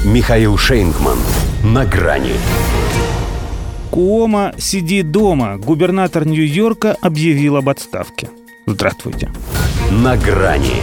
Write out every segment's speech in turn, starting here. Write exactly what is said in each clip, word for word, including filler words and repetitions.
Михаил Шейнгман. На грани. Куомо, сиди дома. Губернатор Нью-Йорка объявил об отставке. Здравствуйте. На грани.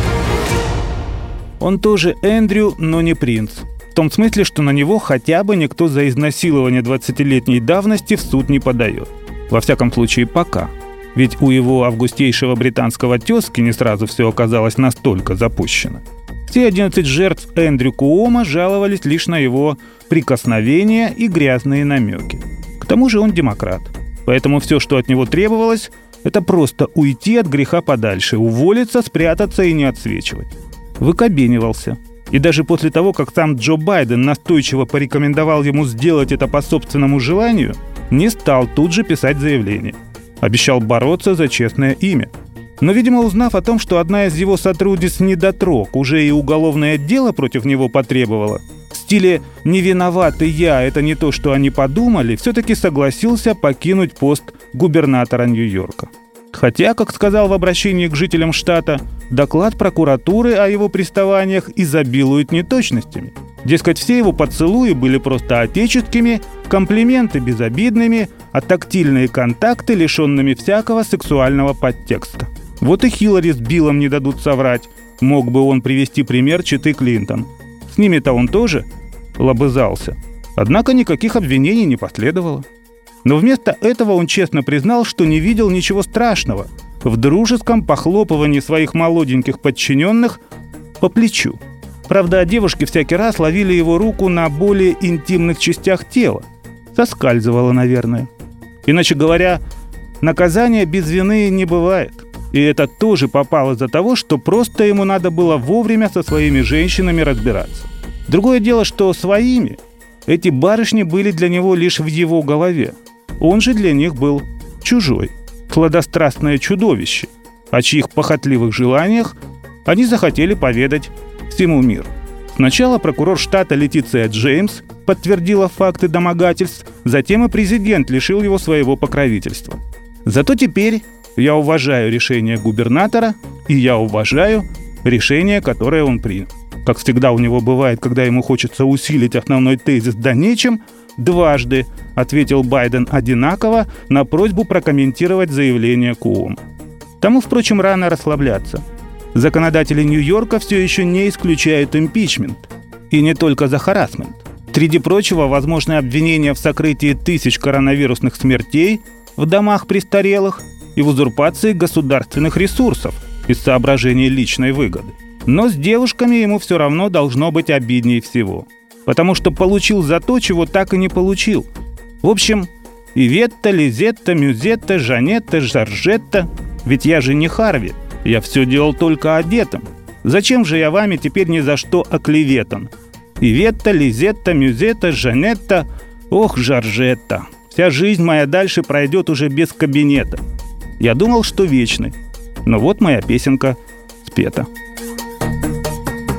Он тоже Эндрю, но не принц. В том смысле, что на него хотя бы никто за изнасилование двадцатилетней давности в суд не подает. Во всяком случае, пока. Ведь у его августейшего британского тезки не сразу все оказалось настолько запущено. Все одиннадцать жертв Эндрю Куомо жаловались лишь на его прикосновения и грязные намеки. К тому же он демократ. Поэтому все, что от него требовалось, это просто уйти от греха подальше, уволиться, спрятаться и не отсвечивать. Выкобенивался. И даже после того, как сам Джо Байден настойчиво порекомендовал ему сделать это по собственному желанию, не стал тут же писать заявление. Обещал бороться за честное имя. Но, видимо, узнав о том, что одна из его сотрудниц недотрог уже и уголовное дело против него потребовала, в стиле «не виноват и я, это не то, что они подумали», все-таки согласился покинуть пост губернатора Нью-Йорка. Хотя, как сказал в обращении к жителям штата, доклад прокуратуры о его приставаниях изобилует неточностями. Дескать, все его поцелуи были просто отеческими, комплименты безобидными, а тактильные контакты лишенными всякого сексуального подтекста. Вот и Хиллари с Биллом не дадут соврать. Мог бы он привести пример четы Клинтон. С ними-то он тоже лобызался. Однако никаких обвинений не последовало. Но вместо этого он честно признал, что не видел ничего страшного в дружеском похлопывании своих молоденьких подчиненных по плечу. Правда, девушки всякий раз ловили его руку на более интимных частях тела. Соскальзывало, наверное. Иначе говоря, наказания без вины не бывает. И это тоже попало из-за того, что просто ему надо было вовремя со своими женщинами разбираться. Другое дело, что своими эти барышни были для него лишь в его голове. Он же для них был чужой, сладострастное чудовище, о чьих похотливых желаниях они захотели поведать всему миру. Сначала прокурор штата Летиция Джеймс подтвердила факты домогательств, затем и президент лишил его своего покровительства. Зато теперь я уважаю решение губернатора, и я уважаю решение, которое он принял. Как всегда у него бывает, когда ему хочется усилить основной тезис «да нечем», дважды ответил Байден одинаково на просьбу прокомментировать заявление Куомо. Тому, впрочем, рано расслабляться. Законодатели Нью-Йорка все еще не исключают импичмент. И не только за харассмент. Среди прочего, возможны обвинения в сокрытии тысяч коронавирусных смертей в домах престарелых и в узурпации государственных ресурсов из соображений личной выгоды. Но с девушками ему все равно должно быть обиднее всего. Потому что получил за то, чего так и не получил. В общем, Иветта, Лизетта, Мюзетта, Жанетта, Жоржетта. Ведь я же не Харви. Я все делал только одетым. Зачем же я вами теперь ни за что оклеветан? Иветта, Лизетта, Мюзетта, Жанетта. Ох, Жоржетта. Вся жизнь моя дальше пройдет уже без кабинета. Я думал, что вечный. Но вот моя песенка спета.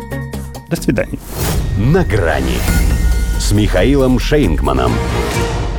До свидания. На грани с Михаилом Шейнгманом.